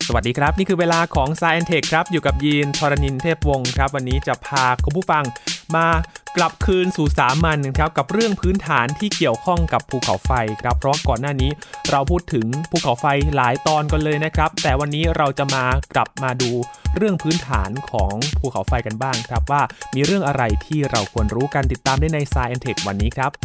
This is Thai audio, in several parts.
สวัสดีครับนี่คือเวลาของ Science Tech ครับอยู่กับยีนทรณินเทพวงศ์ครับวันนี้จะพาคุณผู้ฟังมากลับคืนสู่สามัญครับกับเรื่องพื้นฐานที่เกี่ยวข้องกับภูเขาไฟครับเพราะก่อนหน้านี้เราพูดถึงภูเขาไฟหลายตอนกันเลยนะครับแต่วันนี้เราจะมากลับมาดูเรื่องพื้นฐานของภูเขาไฟกันบ้างครับว่ามีเรื่องอะไรที่เราควรรู้กันติดตามได้ใน Science Tech วันนี้ครับ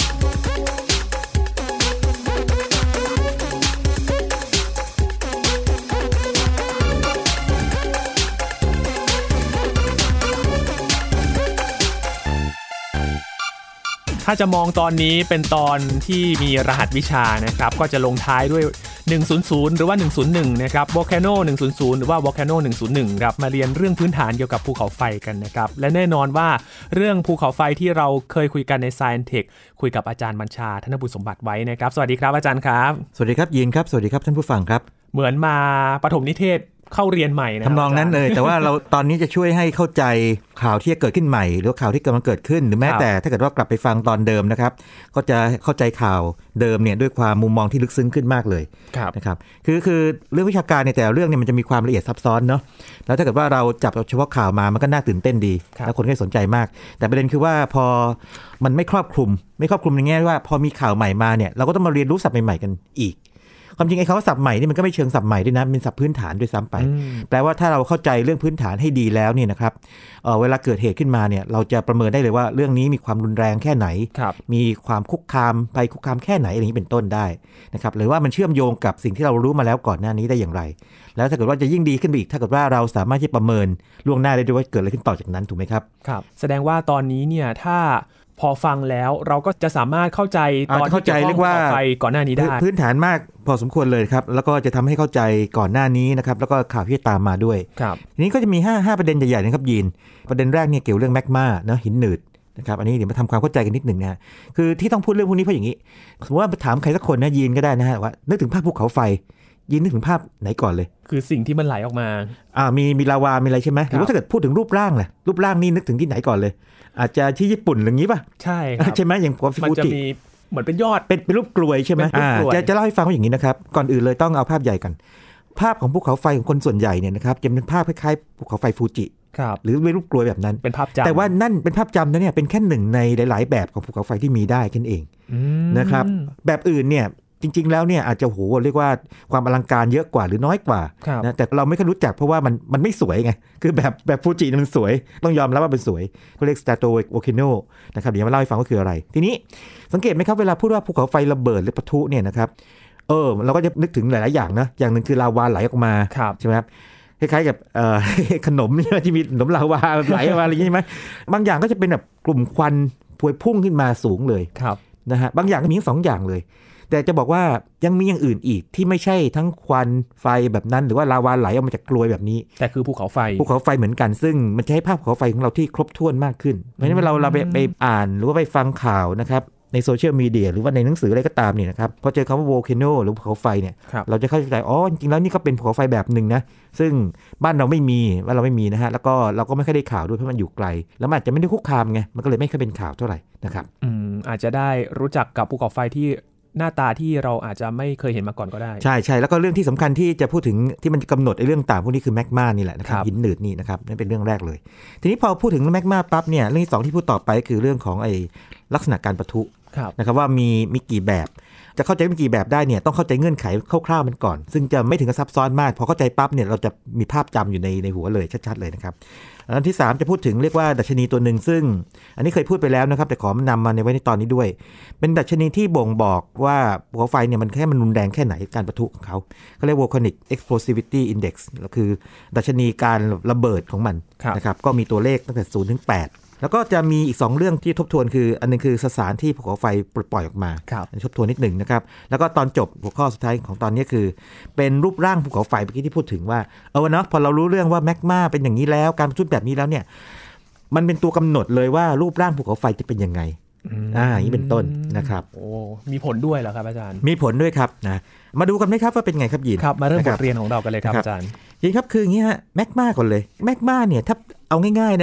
ถ้าจะมองตอนนี้เป็นตอนที่มีรหัสวิชานะครับก็จะลงท้ายด้วย100หรือว่า101นะครับ Volcano 100หรือว่า Volcano 101ครับมาเรียนเรื่องพื้นฐานเกี่ยวกับภูเขาไฟกันนะครับและแน่นอนว่าเรื่องภูเขาไฟที่เราเคยคุยกันใน Science Tech คุยกับอาจารย์บัญชาธนบุญสมบัติไว้นะครับสวัสดีครับอาจารย์ครับสวัสดีครับยินครับสวัสดีครับท่านผู้ฟังครับเหมือนมาประถมนิเทศเข้าเรียนใหม่นะทำนองนั้นเลยแต่ว่าเราตอนนี้จะช่วยให้เข้าใจข่าวที่จะเกิดขึ้นใหม่หรือข่าวที่กำลังเกิดขึ้นหรือแม้แต่ถ้าเกิดว่ากลับไปฟังตอนเดิมนะครับก็จะเข้าใจข่าวเดิมเนี่ยด้วยความมุมมองที่ลึกซึ้งขึ้นมากเลยนะครับคือเรื่องวิชาการในแต่ละเรื่องเนี่ยมันจะมีความละเอียดซับซ้อนเนาะแล้วถ้าเกิดว่าเราจับเฉพาะข่าวมามันก็น่าตื่นเต้นดีแล้วคนก็สนใจมากแต่ประเด็นคือว่าพอมันไม่ครอบคลุมในแง่ว่าพอมีข่าวใหม่มาเนี่ยเราก็ต้องมาเรียนรู้ศัพท์ใหม่ๆกันอีกความจริงไอ้คำว่าศัพท์ใหม่นี่มันก็ไม่เชิงศัพท์ใหม่ด้วยนะเป็นศัพท์พื้นฐานด้วยซ้ำไปแปลว่าถ้าเราเข้าใจเรื่องพื้นฐานให้ดีแล้วเนี่ยนะครับเวลาเกิดเหตุขึ้นมาเนี่ยเราจะประเมินได้เลยว่าเรื่องนี้มีความรุนแรงแค่ไหนมีความคุกคามแค่ไหนอะไรอย่างนี้เป็นต้นได้นะครับหรือว่ามันเชื่อมโยงกับสิ่งที่เรารู้มาแล้วก่อนหน้านี้ได้อย่างไรแล้วถ้าเกิดว่าจะยิ่งดีขึ้นไปอีกถ้าเกิดว่าเราสามารถที่ประเมินล่วงหน้าได้ด้วยว่าเกิดอะไรขึ้นต่อจากนั้นถูกไหมครับครับแสดงว่าตอนนี้เนี่ยถ้าพอฟังแล้วเราก็จะสามารถเข้าใจตอนที่เกี่ยวข้องกับไฟก่อนหน้านี้ได้พื้นฐานมากพอสมควรเลยครับแล้วก็จะทำให้เข้าใจก่อนหน้านี้นะครับแล้วก็ข่าวที่ตามมาด้วยทีนี้ก็จะมี5ประเด็นใหญ่ๆนะครับยีนประเด็นแรกเนี่ยเกี่ยวเรื่องแมกมาเนาะหินหนืดนะครับอันนี้เดี๋ยวมาทำความเข้าใจกันนิดหนึ่งนะคือที่ต้องพูดเรื่องพวกนี้เพราะอย่างนี้สมมติว่าถามใครสักคนนะยีนก็ได้นะฮะว่านึกถึงภาพภูเขาไฟยีนนึกถึงภาพไหนก่อนเลยคือสิ่งที่มันไหลออกมามีลาวามีอะไรใช่ไหมหรือว่าถ้าเกิดพูดถึงรูปร่างล่ะรูปร่างนี่นึกถึงที่ไหนก่อนเลยอาจจะที่ญี่ปุ่นอย่างนี้ป่ะใช่ครับใช่ไหมอย่างฟูจิมันจะมีเหมือนเป็นยอดเป็นรูปกลวยใช่ไหมจะเล่าให้ฟังว่าอย่างนี้นะครับก่อนอื่นเลยต้องเอาภาพใหญ่กันภาพของภูเขาไฟของคนส่วนใหญ่เนี่ยนะครับจะเป็นภาพคล้ายๆภูเขาไฟฟูจิหรือเป็นรูปกลวยแบบนั้นเป็นภาพจำแต่ว่านั่นเป็นภาพจำนะเนี่ยเป็นแค่หนึ่งในหลายๆแบบของภูเขาไฟที่มีได้แค่นั้นเองนะครับแบบอื่นเนี่ยจริงๆแล้วเนี่ยอาจจะโหเรียกว่าความอลังการเยอะกว่าหรือน้อยกว่านะแต่เราไม่ค่อยรู้จักเพราะว่ามันไม่สวยไงคือแบบฟูจิมันสวยต้องยอมรับว่าเป็นสวยเขาเรียก stratovolcano นะครับเดี๋ยวมาเล่าให้ฟังว่าคืออะไรทีนี้สังเกตไหมครับเวลาพูดว่าภูเขาไฟระเบิดหรือปะทุเนี่ยนะครับเราก็จะนึกถึงหลายๆอย่างนะอย่างนึงคือลาวาไหลออกมาใช่ไหมครับคล้ายๆกับขนมที่มีขนมลาวาไหลออกมาอะไรอย่างนี้ไหมบางอย่างก็จะเป็นแบบกลุ่มควันพวยพุ่งขึ้นมาสูงเลยนะฮะบางอย่างก็มีทั้ง2อย่างเลยแต่จะบอกว่ายังมีอย่างอื่นอีกที่ไม่ใช่ทั้งควันไฟแบบนั้นหรือว่าลาวาไหลออกมาจากกลวยแบบนี้แต่คือภูเขาไฟเหมือนกันซึ่งมันจะให้ภาพภูเขาไฟของเราที่ครบถ้วนมากขึ้นเพราะฉะนั้นเราไปอ่านหรือว่าไปฟังข่าวนะครับในโซเชียลมีเดียหรือว่าในหนังสืออะไรก็ตามเนี่ยนะครับพอเจอคำว่า volcano หรือภูเขาไฟเนี่ยเราจะเข้าใจจริงๆแล้วนี่ก็เป็นภูเขาไฟแบบนึงนะซึ่งบ้านเราไม่มีนะฮะแล้วก็เราก็ไม่ค่อยได้ข่าวด้วยเพราะมันอยู่ไกลแล้วมันอาจจะไม่ได้คุกคามไงมันก็เลยไม่ค่อยเป็นข่าวเท่าไหร่นะครับอาจจะได้รู้จักกับภูเขาไฟที่หน้าตาที่เราอาจจะไม่เคยเห็นมาก่อนก็ได้ใช่แล้วก็เรื่องที่สำคัญที่จะพูดถึงที่มันกำหนดไอ้เรื่องต่างพวกนี้คือแมกมานี่แหละนะครับหินหนืดนี่นะครับนั่นเป็นเรื่องแรกเลยทีนี้พอพูดถึงแมกมาปั๊บเนี่ยเรื่องที่2ที่พูดต่อไปคือเรื่องของไอ้ลักษณะการปะทุนะครับว่ามีกี่แบบจะเข้าใจมีกี่แบบได้เนี่ยต้องเข้าใจเงื่อนไขคร่าวๆมันก่อนซึ่งจะไม่ถึงกับซับซ้อนมากพอเข้าใจปั๊บเนี่ยเราจะมีภาพจำอยู่ในหัวเลยชัดๆเลยนะครับอันที่3จะพูดถึงเรียกว่าดัชนีตัวหนึ่งซึ่งอันนี้เคยพูดไปแล้วนะครับแต่ขอนำมาไว้ในตอนนี้ด้วยเป็นดัชนีที่บ่งบอกว่าภูเขาไฟเนี่ยมันรุนแรงแค่ไหนการปะทุของเขาเรียก volcanic explosivity index ก็คือดัชนีการระเบิดของมันนะครับก็มีตัวเลขตั้งแต่0 ถึง 8แล้วก็จะมีอีก2เรื่องที่ทบทวนคืออันนึงคือสสารที่ภูเขาไฟปลดปล่อยออกมาทบทวนนิดหนึ่งนะครับแล้วก็ตอนจบหัวข้อสุดท้ายของตอนนี้คือเป็นรูปร่างภูเขาไฟเมื่อกี้ที่พูดถึงว่าเนาะพอเรารู้เรื่องว่าแมกมาเป็นอย่างนี้แล้วการปะทุแบบนี้แล้วเนี่ยมันเป็นตัวกำหนดเลยว่ารูปร่างภูเขาไฟจะเป็นยังไงอย่างนี้เป็นต้นนะครับโอ้มีผลด้วยเหรอครับอาจารย์มีผลด้วยครับนะมาดูกันไหมครับว่าเป็นไงครับยินครับมาเริ่มบทเรียนของเรากันเลยครับอาจารย์ยินครับคืออย่างนี้ฮะแมกมาก่อนเลยแมกมาเนี่ยถ้าเอาง่ายๆนะฮะ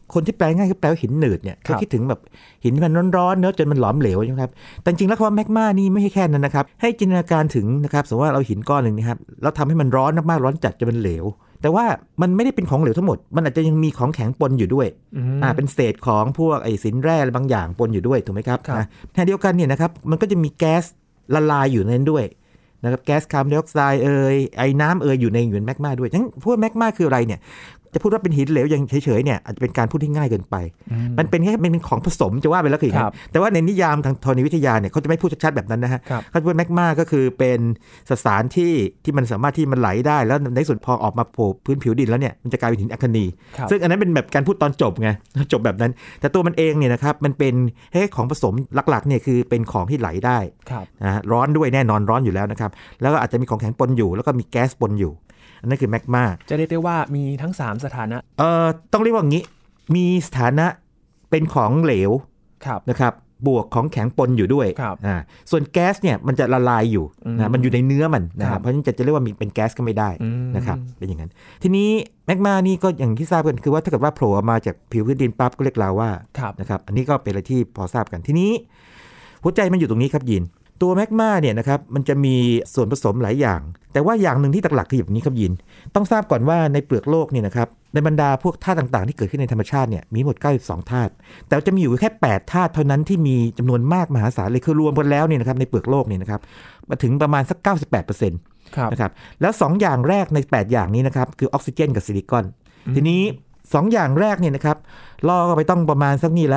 คนที่แปลง่ายคือแปลว่าหินหนืดเนี่ยเขาคิดถึงแบบหินที่มันร้อนๆเนอะจนมันหลอมเหลวใช่ไหมครับแต่จริงแล้วคำว่าแมกมานี่ไม่ใช่แค่นั้นนะครับให้จินตนาการถึงนะครับสมมติว่าเราหินก้อนหนึ่งนะครับแล้วทำให้มันร้อนมากๆร้อนจัดจนมันเหลวแต่ว่ามันไม่ได้เป็นของเหลวทั้งหมดมันอาจจะยังมีของแข็งปนอยู่ด้วยเป็นเศษของพวกไอ้สินแร่อะไรบางอย่างปนอยู่ด้วยถูกไหมครับในเดียวกันเนี่ยนะครับมันก็จะมีแก๊สละลายอยู่ในนั้นด้วยนะครับแก๊สคาร์บอนไดออกไซด์ไอ้น้ำอยู่ในแมกมาด้วยทั้งพวกแมกมาคืออะไรเนี่ยจะพูดว่าเป็นหินเหลวอย่างเฉยๆเนี่ยอาจจะเป็นการพูดที่ง่ายเกินไปมันเป็นแค่เป็นของผสมจะว่าไปแล้วคือครับแต่ว่าในนิยามทางธรณีวิทยาเนี่ยเขาจะไม่พูดชัดๆแบบนั้นนะฮะเขาจะพูดแมกมาก็คือเป็นสสารที่มันสามารถที่มันไหลได้แล้วในส่วนพอออกมาโผล่พื้นผิวดินแล้วเนี่ยมันจะกลายเป็นหินอัคนีซึ่งอันนั้นเป็นแบบการพูดตอนจบไงจบแบบนั้นแต่ตัวมันเองเนี่ยนะครับมันเป็นแค่ของผสมหลักๆเนี่ยคือเป็นของที่ไหลได้นะร้อนด้วยแน่นอนร้อนอยู่แล้วนะครับแล้วก็อาจจะมีของแข็งปนอยู่แล้วก็มีแก๊สปนอยู่นั่นคือแมกมาจะเรียกได้ว่ามีทั้ง3สถานะต้องเรียกว่าอย่างนี้มีสถานะเป็นของเหลวนะครับบวกของแข็งปนอยู่ด้วยส่วนแก๊สเนี่ยมันจะละลายอยู่นะมันอยู่ในเนื้อมันนะครับเพราะฉะนั้นจะเรียกว่ามีเป็นแก๊สก็ไม่ได้นะครับเป็นอย่างนั้นทีนี้แมกมานี่ก็อย่างที่ทราบกันคือว่าถ้าเกิดว่าโผล่ออกมาจากผิวพื้นดินปั๊บก็เรียกลาวานะครับอันนี้ก็เป็นอะไรที่พอทราบกันทีนี้หัวใจมันอยู่ตรงนี้ครับยินตัวแมกมาเนี่ยนะครับมันจะมีส่วนผสมหลายอย่างแต่ว่าอย่างหนึ่งที่หลักๆคืออย่างนี้ครับยินต้องทราบก่อนว่าในเปลือกโลกเนี่ยนะครับในบรรดาพวกธาตุต่างๆที่เกิดขึ้นในธรรมชาติเนี่ยมีหมด92ธาตุแต่จะมีอยู่แค่8ธาตุเท่านั้นที่มีจำนวนมากมหาศาลเลยคือรวมกันแล้วเนี่ยนะครับในเปลือกโลกเนี่ยนะครับมาถึงประมาณสัก 98% นะครับแล้ว2อย่างแรกใน8อย่างนี้นะครับคือออกซิเจนกับซิลิคอนทีนี้2อย่างแรกเนี่ยนะครับล่อก็ไปต้องประมาณสักนี่ละ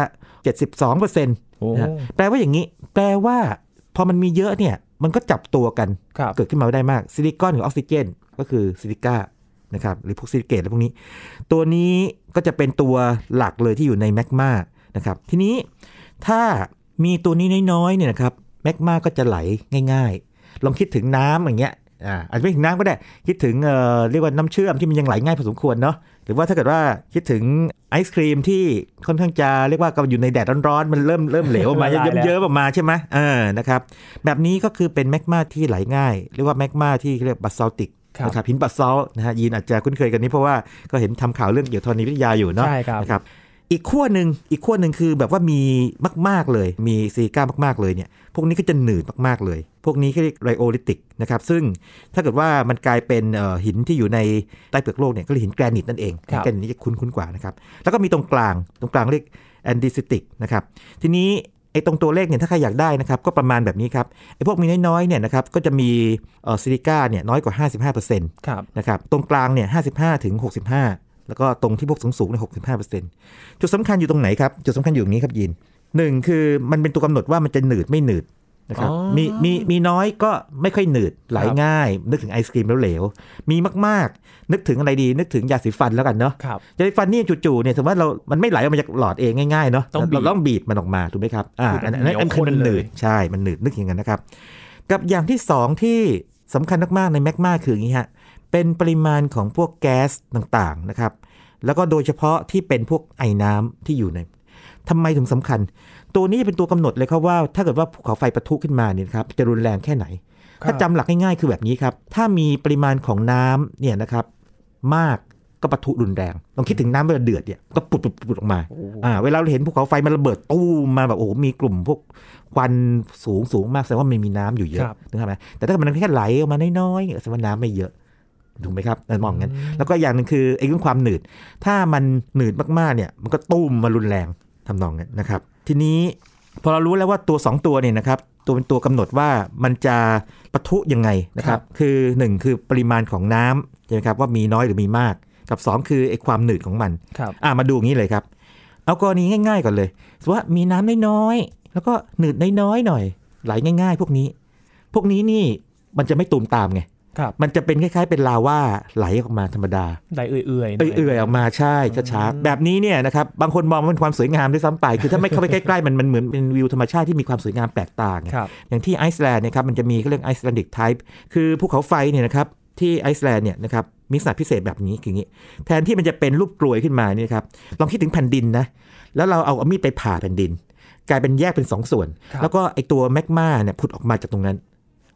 72% นะแปลว่าอย่างนี้แปลว่าพอมันมีเยอะเนี่ยมันก็จับตัวกันเกิดขึ้นมาได้มากซิลิคอนกับออกซิเจนก็คือซิลิก้านะครับหรือพวกซิลิเกตอะไรพวกนี้ตัวนี้ก็จะเป็นตัวหลักเลยที่อยู่ในแมกมานะครับทีนี้ถ้ามีตัวนี้น้อยๆเนี่ยนะครับแมกมาก็จะไหลง่ายๆลองคิดถึงน้ำอย่างเงี้ยอาจจะไม่ถึงน้ำก็ได้คิดถึงเรียกว่าน้ำเชื่อมที่มันยังไหลง่ายพอสมควรเนาะหรือว่าถ้าเกิดว่าคิดถึงไอศครีมที่ค่อนข้างจะเรียกว่าก็อยู่ในแดดร้อนๆมันเริ่มเหลวออกมาเยิ้มๆออกมาใช่ไหมนะครับแบบนี้ก็คือเป็นแมกมาที่ไหลง่ายเรียกว่าแมกมาที่เรียกบัสซอลติกนะครับหินบัสซอลนะฮะยีนอาจจะคุ้นเคยกันนี้เพราะว่าก็เห็นทำข่าวเรื่องเกี่ยวกับธรณีวิทยาอยู่เนาะนะครับอีกขั้วหนึ่งคือแบบว่ามีมากๆเลยมีซิลิก้ามากๆเลยเนี่ยพวกนี้ก็จะหนืดมากๆเลยพวกนี้เรียกไรโอลิติกนะครับซึ่งถ้าเกิดว่ามันกลายเป็นหินที่อยู่ในใต้เปลือกโลกเนี่ยก็เรียกหินแกรนิตนั่นเองแกรนิตนี่จะคุ้นกว่านะครับแล้วก็มีตรงกลางเรียกแอนดิซิติกนะครับทีนี้ไอ้ตรงตัวเลขเนี่ยถ้าใครอยากได้นะครับก็ประมาณแบบนี้ครับไอ้พวกมีน้อยๆเนี่ยนะครับก็จะมีซิลิก้าเนี่ยน้อยกว่า 55% นะครับตรงกลางเนี่ย55ถึง65แล้วก็ตรงที่พวกสูงๆเนี่ย 65% จุดสำคัญอยู่ตรงไหนครับจุดสำคัญอยู่ตรงนี้ครับยิน1คือมันเป็นตัวกำหนดว่ามันจะหนืดไม่หนืดนะครับมีน้อยก็ไม่ค่อยหนืดไหลง่ายนึกถึงไอศกรีมแล้วเหลวมีมากๆนึกถึงอะไรดีนึกถึงยาสีฟันแล้วกันเนาะยาสีฟันนี่จู่ๆเนี่ยสมมติว่ามันไม่ไหลออกมาจากหลอดเองง่ายๆเนาะเราต้องบีบมันออกมาถูกไหมครับอันนั้นคือมันหนืดใช่มันหนืดนึกอย่างนั้นนะครับกับอย่างที่2ที่สำคัญมากๆในแมกมาคืออย่างนี้ฮะเป็นปริมาณของพวกแก๊สต่างๆนะครับแล้วก็โดยเฉพาะที่เป็นพวกไอน้ำที่อยู่ในทำไมถึงสำคัญตัวนี้เป็นตัวกำหนดเลยครับว่าถ้าเกิดว่าภูเขาไฟปะทุขึ้นมาเนี่ยครับจะรุนแรงแค่ไหนถ้าจำหลักง่ายๆคือแบบนี้ครับถ้ามีปริมาณของน้ำเนี่ยนะครับมากก็ปะทุรุนแรงลองคิดถึงน้ำเวลาเดือดเนี่ยก็ปุดออกมาเวลาเราเห็นภูเขาไฟมันระเบิดตู้มมาแบบโอ้โหมีกลุ่มพวกควันสูงมากแสดงว่ามันมีน้ำอยู่เยอะนะครับแต่ถ้ามันแค่ไหลออกมาน้อยๆแสดงว่าน้ำไม่เยอะถูกไหมครับมองงั้นแล้วก็อย่างนึงคือไอ้เรื่องความหนืดถ้ามันหนืดมากๆเนี่ยมันก็ตุ้มมารุนแรงทำนองนั้นนะครับทีนี้พอเรารู้แล้วว่าตัว2ตัวเนี่ยนะครับตัวเป็นตัวกำหนดว่ามันจะปะทุยังไงนะครับคือ1คือปริมาณของน้ำใช่ไหมครับว่ามีน้อยหรือมีมากกับ2คือไอ้ความหนืดของมันมาดูงี้เลยครับเอากรณีง่ายๆก่อนเลยสมมุติว่ามีน้ำน้อยๆแล้วก็หนืดน้อยๆหน่อยไหลง่ายๆพวกนี้นี่มันจะไม่ตูมตามไงมันจะเป็นคล้ายๆเป็นลาวาไหลออกมาธรรมดาไหลเอื่อยๆออกมาใช่ช้าๆแบบนี้เนี่ยนะครับบางคนมองว่าเป็นความสวยงามด้วยซ้ำไปคือถ้าไม่เข้าไปใกล้ๆมันเหมือนเป็นวิวธรรมชาติที่มีความสวยงามแปลกตาอย่างที่ไอซ์แลนด์เนี่ยครับมันจะมีเขาเรียกไอซ์แลนดิกไทป์คือภูเขาไฟเนี่ยนะครับที่ไอซ์แลนด์เนี่ยนะครับมีลักษณะพิเศษแบบนี้คืออย่างนี้แทนที่มันจะเป็นรูปกลวยขึ้นมานี่ครับลองคิดถึงแผ่นดินนะแล้วเราเอามีดไปผ่าแผ่นดินกลายเป็นแยกเป็น2ส่วนแล้วก็ไอตัวแมกมาเนี่ยผุดออกมาจากตรงนั้น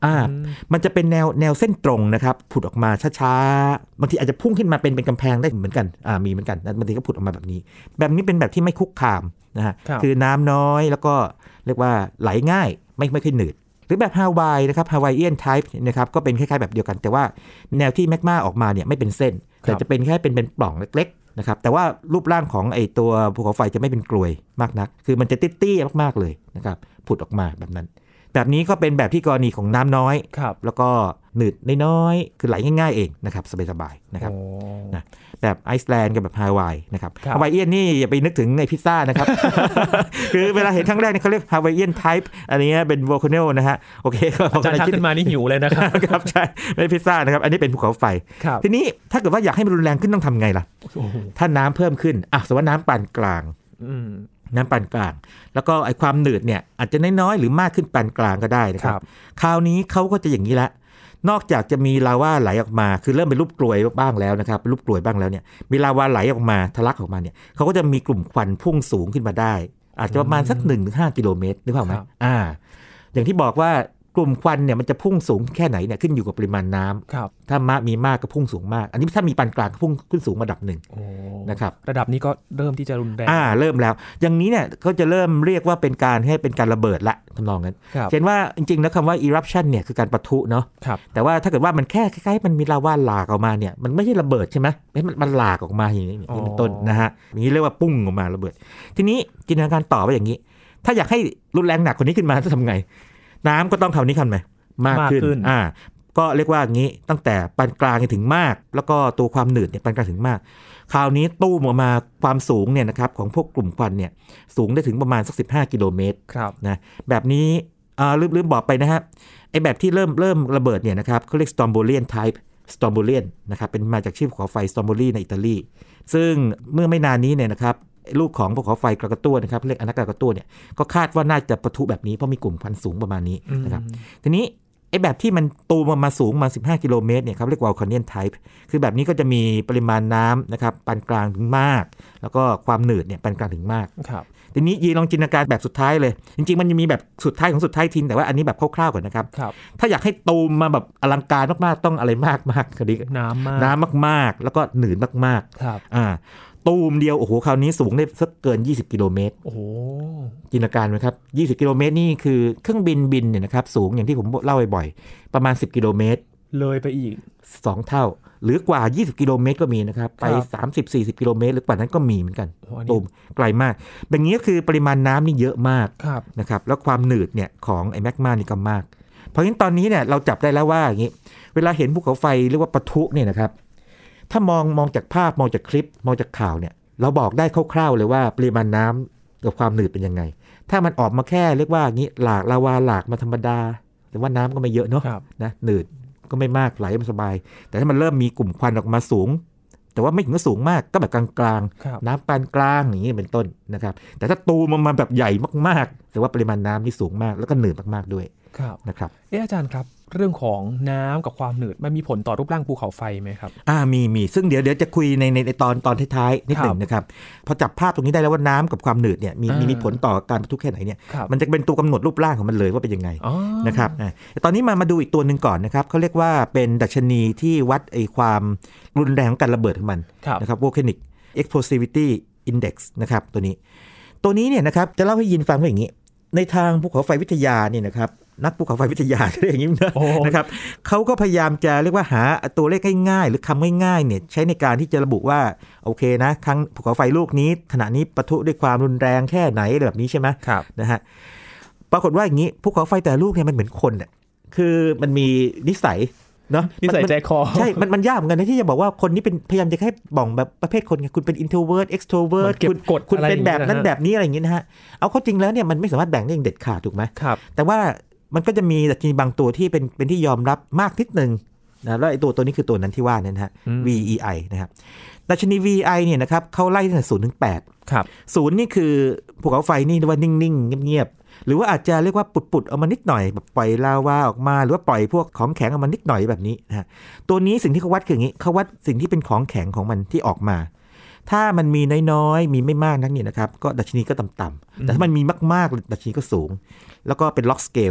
มันจะเป็นแนวเส้นตรงนะครับผุดออกมาช้าๆบางทีอาจจะพุ่งขึ้นมาเป็นกำแพงได้เหมือนกันมีเหมือนกันบางทีก็ผุดออกมาแบบนี้เป็นแบบที่ไม่คุกคามนะฮะคือน้ำน้อยแล้วก็เรียกว่าไหลง่ายไม่ค่อยหนืดหรือแบบฮาวายนะครับฮาวายเอียนไทป์นะครับก็เป็นคล้ายๆแบบเดียวกันแต่ว่าแนวที่แมกมาออกมาเนี่ยไม่เป็นเส้นแต่จะเป็นแค่เป็นปล่องเล็กๆนะครับแต่ว่ารูปร่างของไอตัวภูเขาไฟจะไม่เป็นกลวยมากนักคือมันจะตี้ๆมากๆเลยนะครับผุดออกมาแบบนี้ก็เป็นแบบที่กรณีของน้ำน้อยแล้วก็หนืดน้อยๆคือไหลง่ายๆเองนะครับสบายๆนะครับนะแบบไอซ์แลนด์กับแบบฮาวายนะครับฮาวายเอียนนี่อย่าไปนึกถึงในพิซซ่านะครับ คือเวลาเห็นครั้งแรกนี่เขาเรียกฮาวายเอียนไทป์อันนี้เป็นโวลคาโนนะฮะโอเคอาจารย์ทักขึ้นมานี่หิวเลยนะครับครับใช่ไม่พิซซ่านะครับอันนี้เป็นภูเขาไฟทีนี้ถ้าเกิดว่าอยากให้มันรุนแรงขึ้นต้องทำไงล่ะถ้าน้ำเพิ่มขึ้นสมมติว่าน้ำปานกลางน้ำปานกลางแล้วก็ไอความหนืดเนี่ยอาจจะน้อยๆหรือมากขึ้นปานกลางก็ได้นะครับคราวนี้เขาก็จะอย่างนี้ละนอกจากจะมีลาวาไหลออกมาคือเริ่มเป็นรูปกลวยบ้างแล้วนะครับเป็นรูปกลวยบ้างแล้วเนี่ยมีลาวาไหลออกมาทะลักออกมาเนี่ยเขาก็จะมีกลุ่มควันพุ่งสูงขึ้นมาได้อาจจะประมาณสัก 1-5 กิโลเมตรนึกภาพไหมอย่างที่บอกว่ากลุ่มควันเนี่ยมันจะพุ่งสูงแค่ไหนเนี่ยขึ้นอยู่กับปริมาณน้ำถ้ามีมากก็พุ่งสูงมากอันนี้ถ้ามีปานกลางก็พุ่งขึ้นสูงระดับหนึ่งนะครับระดับนี้ก็เริ่มที่จะรุนแรงเริ่มแล้วอย่างนี้เนี่ยก็จะเริ่มเรียกว่าเป็นการระเบิดละทำนองนั้นเห็นว่าจริงๆแล้วคำว่า eruption เนี่ยคือการปะทุเนาะแต่ว่าถ้าเกิดว่ามันแค่คล้ายๆมันมีลาวาหลากออกมาเนี่ยมันไม่ใช่ระเบิดใช่ไหมมันหลากออกมาอย่างนี้เป็นต้นนะฮะอย่างนี้เรียกว่าปุ้งออกมาระเบิดทีนี้จินตนาการต่อไปอย่างนี้ถ้าอยากให้รุนแรงหนักกว่านี้ขึ้นมาจะทำไงน้ำก็ต้องคราวนี้ทำไงมากขึ้นก็เรียกว่าอย่างนี้ตั้งแต่ปานกลางถึงมากแล้วก็ตัวความหนืดเนี่ยปานกลางถึงมากคราวนี้ตู้มออกมาความสูงเนี่ยนะครับของพวกกลุ่มควันเนี่ยสูงได้ถึงประมาณสัก15 กิโลเมตรนะแบบนี้ลืมบอกไปนะฮะไอแบบที่เริ่มระเบิดเนี่ยนะครับเขาเรียก Strombolian type Strombolian นะครับเป็นมาจากชื่อภูเขาไฟ Stromboli ในอิตาลีซึ่งเมื่อไม่นานนี้เนี่ยนะครับลูกของภูเขาไฟกรากาตัวนะครับเรียกอนักกรากาตัวเนี่ยก็คาดว่าน่าจะปะทุแบบนี้เพราะมีกลุ่มควันสูงประมาณนี้นะครับทีนี้ไอ้แบบที่มันตูมมาสูงมา15 กิโลเมตรเนี่ยครับเรียกว่า Volcanic type คือแบบนี้ก็จะมีปริมาณน้ำนะครับปานกลางถึงมากแล้วก็ความหนืดเนี่ยปานกลางถึงมากทีนี้ยีลองจินตนาการแบบสุดท้ายเลยจริงๆมันจะมีแบบสุดท้ายของสุดท้ายทิ้งแต่ว่าอันนี้แบบคร่าวๆก่อนนะครับถ้าอยากให้ตูมมาแบบอลังการมากๆต้องอะไรมากๆคดีน้ำมากๆแล้วก็หนืดมากๆตูมเดียวโอ้โหคราวนี้สูงได้สักเกิน20 กิโลเมตรโอ้โหจินตนาการไหมครับ20 กิโลเมตรนี่คือเครื่องบินเนี่ยนะครับสูงอย่างที่ผมเล่าบ่อยๆประมาณ10 กิโลเมตรเลยไปอีก 2 เท่าหรือกว่า20 กิโลเมตรก็มีนะครับไป30-40 กิโลเมตรหรือกว่านั้นก็มีเหมือนกันตูมไกลมากแบบนี้ก็คือปริมาณน้ำนี่เยอะมากนะครับแล้วความหนืดเนี่ยของไอ้แมกมานี่ก็มากเพราะฉะนั้นตอนนี้เนี่ยเราจับได้แล้วว่าอย่างนี้เวลาเห็นภูเขาไฟเรียกว่าปะทุเนี่ยนะครับถ้ามองจากภาพมองจากคลิปมองจากข่าวเนี่ยเราบอกได้คร่าวๆเลยว่าปริมาณน้ำกับความหนืดเป็นยังไงถ้ามันออกมาแค่เรียกว่าอย่างนี้หลากลาวาหลากมาธรรมดาแต่ว่าน้ำก็ไม่เยอะเนาะนะหนืดก็ไม่มากไหลมันสบายแต่ถ้ามันเริ่มมีกลุ่มควันออกมาสูงแต่ว่าไม่ถึงกับสูงมากก็แบบกลางๆน้ำปานกลางอย่างนี้เป็นต้นนะครับแต่ถ้าตูมมันแบบใหญ่มากๆแต่ว่าปริมาณน้ำนี่สูงมากแล้วก็หนืดมากๆด้วยนะครับอาจารย์ครับเรื่องของน้ำกับความหนืดมันมีผลต่อรูปร่างภูเขาไฟไหมครับมีซึ่งเดี๋ยวจะคุยในตอนท้ายๆนิดหนึ่งนะครับพอจับภาพตรงนี้ได้แล้วว่าน้ำกับความหนืดเนี่ยมีผลต่อการปะทุแค่ไหนเนี่ยมันจะเป็นตัวกำหนดรูปร่างของมันเลยว่าเป็นยังไงนะครับตอนนี้มาดูอีกตัวหนึ่งก่อนนะครับเขาเรียกว่าเป็นดัชนีที่วัดความรุนแรงของการระเบิดของมันนะครับ Volcanic Explosivity Index นะครับตัวนี้เนี่ยนะครับจะเล่าให้ยินฟังว่าอย่างนี้ในทางภูเขาไฟวิทยาเนี่ยนะครับนักภูเขาไฟวิทยาเรียกอย่างนี้นะครับเขาก็พยายามจะเรียกว่าหาตัวเลขง่ายๆหรือคำง่ายๆเนี่ยใช้ในการที่จะระบุว่าโอเคนะครั้งภูเขาไฟลูกนี้ขณะนี้ปะทุด้วยความรุนแรงแค่ไหนแบบนี้ใช่ไหมนะฮะปรากฏว่าอย่างนี้ภูเขาไฟแต่ลูกเนี่ยมันเหมือนคนเนี่ยคือมันมีนิสัยเนาะนิสัยใจคอใช่มันยากเหมือนกันนะที่จะบอกว่าคนนี้เป็นพยายามจะให้บ่งแบบประเภทคนไงคุณเป็น introvert extrovert คุณเป็นแบบนั้นแบบนี้อะไรอย่างนี้นะฮะเอาเข้าจริงแล้วเนี่ยมันไม่สามารถแบ่งได้อย่างเด็ดขาดถูกไหมแต่ว่ามันก็จะมีดัชนีบางตัวที่เป็นที่ยอมรับมากนิดนึงนะแล้วไอ้ตัวนี้คือตัวนั้นที่ว่านี่นะฮะ VEI นะครับดัชนี VEI เนี่ยนะครับเขาไล่ตั้งแต่0 ถึง 8ครับ0นี่คือภูเขาไฟนี่ว่านิ่งๆเงียบๆหรือว่าอาจจะเรียกว่าปุดๆออกมานิดหน่อยแบบปล่อยลาวาออกมาหรือว่าปล่อยพวกของแข็งออกมานิดหน่อยแบบนี้นะฮะตัวนี้สิ่งที่เขาวัดคืออย่างนี้เขาวัดสิ่งที่เป็นของแข็งของมันที่ออกมาถ้ามันมีน้อยๆมีไม่มากนักนี่นะครับก็ดัชนีก็ต่ำๆแต่ถ้ามันมีมากๆดัชนีก็สูงแล้วก็เป็นล็อกสเกลดั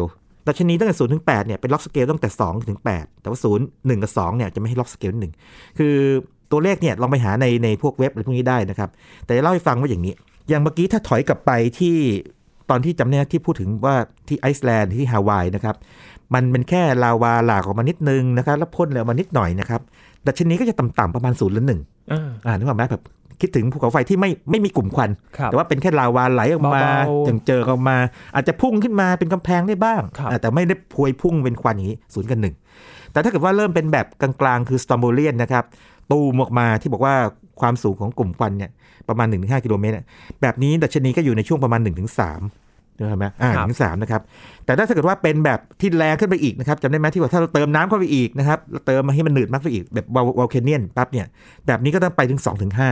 ดัชนีตั้งแต่0ถึง8เนี่ยเป็นล็อกสเกลตั้งแต่2ถึง8แต่ว่า0 1กับ2เนี่ยจะไม่ให้ล็อกสเกล1คือตัวเลขเนี่ยลองไปหาในพวกเว็บอะไรพวกนี้ได้นะครับแต่จะเล่าให้ฟังว่าอย่างนี้อย่างเมื่อกี้ถ้าถอยกลับไปที่ตอนที่จำเนี่ยที่พูดถึงว่าที่ไอซ์แลนด์ที่ฮาวายนะครับมันเป็นแค่ลาวาหลากออกมานิดนึงนะครับแล้วพ่นเลยออกมานิดหน่อยนะครับดัชนีก็จะต่ำๆประมาณ0 หรือ 1นึกออกไหมแบบคิดถึงภูเขาไฟที่ไม่มีกลุ่มควันแต่ว่าเป็นแค่ลาวาไหลออกมาเจอออกมาอาจจะพุ่งขึ้นมาเป็นกำแพงได้บ้างแต่ไม่ได้พวยพุ่งเป็นควันอย่างนี้0 กับ 1แต่ถ้าเกิดว่าเริ่มเป็นแบบกลางๆคือสตอมโบเลียนนะครับตูมออกมาที่บอกว่าความสูงของกลุ่มควันเนี่ยประมาณ 1-5 กิโลเมตรแบบนี้ดัชนีก็อยู่ในช่วงประมาณ 1-3 ใช่ไหมถึง 3นะครับแต่ถ้าเกิดว่าเป็นแบบที่แรงขึ้นไปอีกนะครับจำได้ไหมที่ว่าถ้าเราเติมน้ำเข้าไปอีกนะครับเราเติมมาให้มันหนืดมากไปอีกแบบวอลเคเนียนปั๊บเนี่ยแบบนี้ก็ต้องไปถึง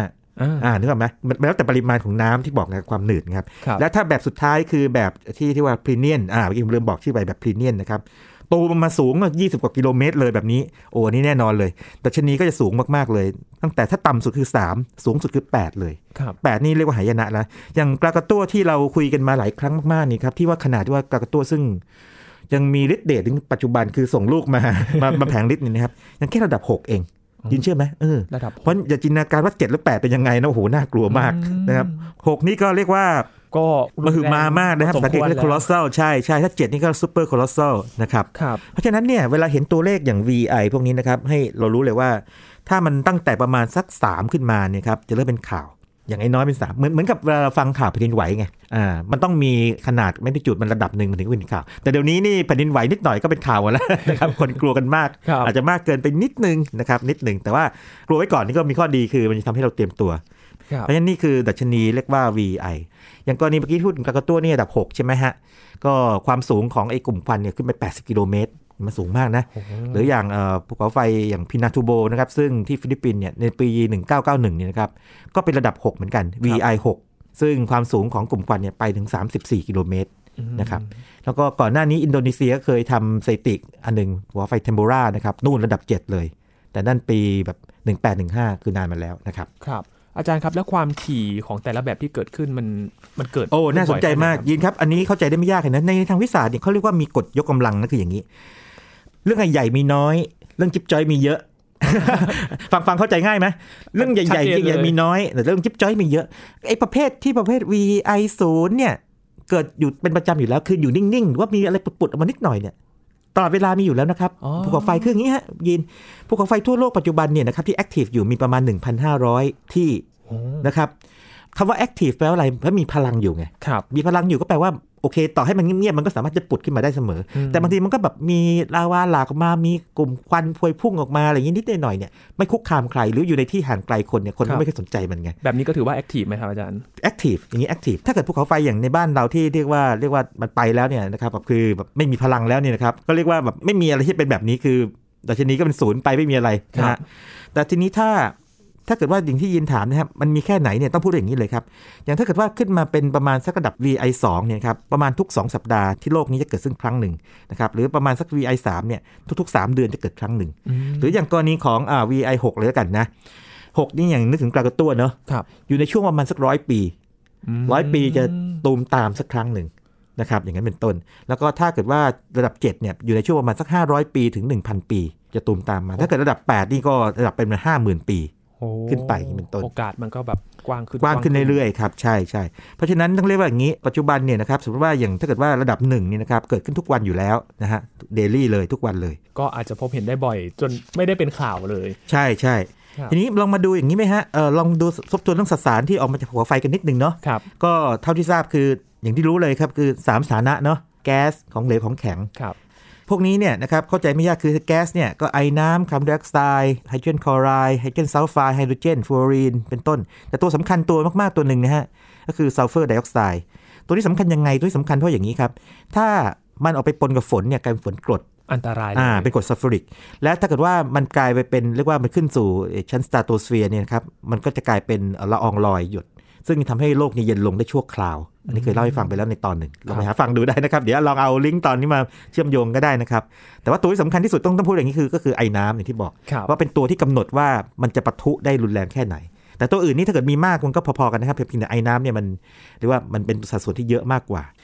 2-5นึกออกไหมแล้วแต่ปริมาณของน้ำที่บอกนะความหนืดครับและถ้าแบบสุดท้ายคือแบบที่ว่าพรีเนียนเมื่อกี้ผมลืมบอกชื่อไปแบบพรีเนียนนะครับตูมันมาสูง20 กว่ากิโลเมตรเลยแบบนี้โอ้นี่แน่นอนเลยดัชนีก็จะสูงมากๆเลยตั้งแต่ถ้าต่ำสุดคือ3สูงสุดคือ8เลย8นี่เรียกว่าหายนะแล้วอย่างกากาตัวที่เราคุยกันมาหลายครั้งมากๆนี่ครับที่ว่าขนาดที่ว่ากากาตัวซึ่งยังมีฤทธิ์เดชถึงปัจจุบันคือส่งลูกมาแผงฤทธิ์นี่นะครับยังแค่ระดับ6เองยินเชื่อไหมเพราะอย่าจินตนาการว่า7หรือ8เป็นยังไงนะโอ้โหน่ากลัวมากนะครับ6นี่ก็เรียกว่าก็มหึมามากนะครับสังเกตว่า colossal ใช่ถ้า7นี่ก็ super colossal นะครับเพราะฉะนั้นเนี่ยเวลาเห็นตัวเลขอย่าง VI พวกนี้นะครับให้เรารู้เลยว่าถ้ามันตั้งแต่ประมาณสัก3ขึ้นมาเนี่ยครับจะเริ่มเป็นข่าวอย่างน้อยเป็น3เหมือนกับเวลาเราฟังข่าวแผ่นดินไหวไงมันต้องมีขนาดแมกนิจูดมันระดับนึงมันถึงเป็นข่าวแต่เดี๋ยวนี้นี่แผ่นดินไหวนิดหน่อยก็เป็นข่าวแล้วนะครับคนกลัวกันมากอาจจะมากเกินไปนิดนึงนะครับนิดนึงแต่ว่ากลัวไว้ก่อนนี่ก็มีข้อดีคือมันจะทำให้เราเตรียมตัวเพราะฉะนั้นนี่คือดัชนีเรียกว่า VI อย่างกรณีเมื่อกี้พูดถึงกากาตัวนี่ระดับ6ใช่ไหมฮะก็ความสูงของไอ้กลุ่มควันเนี่ยขึ้นไป80 กิโลเมตรมันสูงมากนะหรืออย่างภูเขาไฟอย่างพินาทูโบนะครับซึ่งที่ฟิลิปปินส์เนี่ยในปี1991เนี่ยนะครับก็เป็นระดับ6เหมือนกัน VI 6ซึ่งความสูงของกลุ่มควันเนี่ยไปถึง34 กิโลเมตรนะครับแล้วก็ก่อนหน้านี้อินโดนีเซียเคยทำสถิติอันนึงภูเขาไฟเทมโบรานะครับนู่นระดับ7เลยแต่นั่นปีแบบ1815คือนานมาแล้วนะครับครับอาจารย์ครับแล้วความถี่ของแต่ละแบบที่เกิดขึ้นมันเกิดน่าสนใจมากยินครับอันนี้เข้าใจได้ไม่ยากเลยนะในทางวิชาเนี่ยเขาเรียกว่ามีกฎยกกำลังนะคืออย่างนี้เรื่องใหญ่มีน้อยเรื่องจิ๊บจ้อยมีเยอะ ฟังเข้าใจง่ายไหมเรื่องใหญ่ๆจริงๆมีน้อยแต่เรื่องจิ๊บจ้อยมีเยอะไอ้ประเภท VI 0เนี่ยเกิดอยู่เป็นประจำอยู่แล้วคืออยู่นิ่งๆหรือว่ามีอะไรปุดๆออกมานิดหน่อยเนี่ยตลอดเวลามีอยู่แล้วนะครับภูเขาไฟคืออย่างนี้ฮะยินภูเขาไฟทั่วโลกปัจจุบันเนี่ยนะครับที่แอคทีฟอยู่มีประมาณ 1,500 ที่นะครับคำว่าแอคทีฟแปลว่าอะไรเพราะมีพลังอยู่ไงมีพลังอยู่ก็แปลว่าโอเคต่อให้มันเงียบๆมันก็สามารถจะปุดขึ้นมาได้เสมอแต่บางทีมันก็แบบมีลาวาหลากออกมามีกลุ่มควันพวยพุ่งออกมาอะไรอย่างนี้นิดหน่อยเนี่ยไม่คุกคามใครหรืออยู่ในที่ห่างไกลคนเนี่ยคนก็ไม่เคยสนใจมันไงแบบนี้ก็ถือว่าแอคทีฟไหมครับอาจารย์แอคทีฟอย่างนี้แอคทีฟถ้าเกิดภูเขาไฟอย่างในบ้านเราที่เรียกว่ามันไปแล้วเนี่ยนะครับแบบคือแบบไม่มีพลังแล้วเนี่ยนะครับก็เรียกว่าแบบไม่มีอะไรที่เป็นแบบนี้คือดัชนีก็เป็นศูนย์ไปไม่มีอะไรนะฮะแต่ทีนี้ถ้าเกิดว่าอย่างที่ยินถามนะครับมันมีแค่ไหนเนี่ยต้องพูดอย่างนี้เลยครับอย่างถ้าเกิดว่าขึ้นมาเป็นประมาณสักระดับ VI 2เนี่ยครับประมาณทุก2สัปดาห์ที่โลกนี้จะเกิดขึ้นครั้งหนึ่งนะครับหรือประมาณสัก VI 3เนี่ยทุกๆ3เดือนจะเกิดครั้งหนึ่งหรืออย่างกรณีของVI 6เลยแล้วกันนะ6นี่อย่างนึกถึงกากาตัวเนาะอยู่ในช่วงประมาณสัก100 ปี100 ปีจะตูมตามสักครั้งหนึ่งนะครับอย่างนั้นเป็นต้นแล้วก็ถ้าเกิดว่าระดับ7เนี่ยอยู่ในช่วงประมาณสัก500 ปีถึง 1,000 ปีจะตูมตามมาถ้าเกิดระดับ8นี่ก็ระดับเป็น 50,000 ปีขึ้นไปเป็นต้นโอกาสมันก็แบบกว้างขึ้นเรื่อยๆครับใช่เพราะฉะนั้นต้องเรียกว่าอย่างนี้ปัจจุบันเนี่ยนะครับสมมติว่าอย่างถ้าเกิดว่าระดับ1นี่นะครับเกิดขึ้นทุกวันอยู่แล้วนะฮะเดลี่เลยทุกวันเลยก็อาจจะพบเห็นได้บ่อยจนไม่ได้เป็นข่าวเลยใช่ทีนี้ลองมาดูอย่างนี้ไหมฮะลองดูทบทวนเรื่องสสารที่ออกมาจากหัวไฟกันนิดนึงเนาะก็เท่าที่ทราบคืออย่างที่รู้เลยครับคือ3สถานะเนาะแก๊สของเหลวของแข็งพวกนี้เนี่ยนะครับเข้าใจไม่ยากคือแก๊สเนี่ยก็ไอน้ำคาร์บอนไดออกไซด์ไฮโดรเจนคลอไรด์ไฮโดรเจนซัลไฟด์ไฮโดรเจนฟลูออรีนเป็นต้นแต่ตัวสำคัญตัวมากๆตัวหนึ่งนะฮะก็คือซัลเฟอร์ไดออกไซด์ตัวที่สำคัญยังไงตัวที่สำคัญเพราะอย่างนี้ครับถ้ามันออกไปปนกับฝนเนี่ยกลายเป็นฝนกรดอันตรายเป็นกรดซัลฟูริกและถ้าเกิดว่ามันกลายไปเป็นเรียกว่ามันขึ้นสู่ชั้นสตราโตสเฟียร์เนี่ยครับมันก็จะกลายเป็นละอองลอยหยดซึ่งทำให้โลกนี้เย็นลงได้ชั่วคราวอันนี้เคยเล่าให้ฟังไปแล้วในตอนหนึ่งลองไปหาฟังดูได้นะครับเดี๋ยวลองเอาลิงก์ตอนนี้มาเชื่อมโยงก็ได้นะครับแต่ว่าตัวที่สำคัญที่สุดต้องพูดอย่างนี้ก็คือไอ้น้ำอย่างที่บอกว่าเป็นตัวที่กำหนดว่ามันจะปะทุได้รุนแรงแค่ไหนแต่ตัวอื่นนี่ถ้าเกิดมีมากมันก็พอๆกันนะครับเพียงแต่ไอ้น้ำเนี่ยมันเรียกว่ามันเป็นสัดส่วนที่เยอะมากกว่า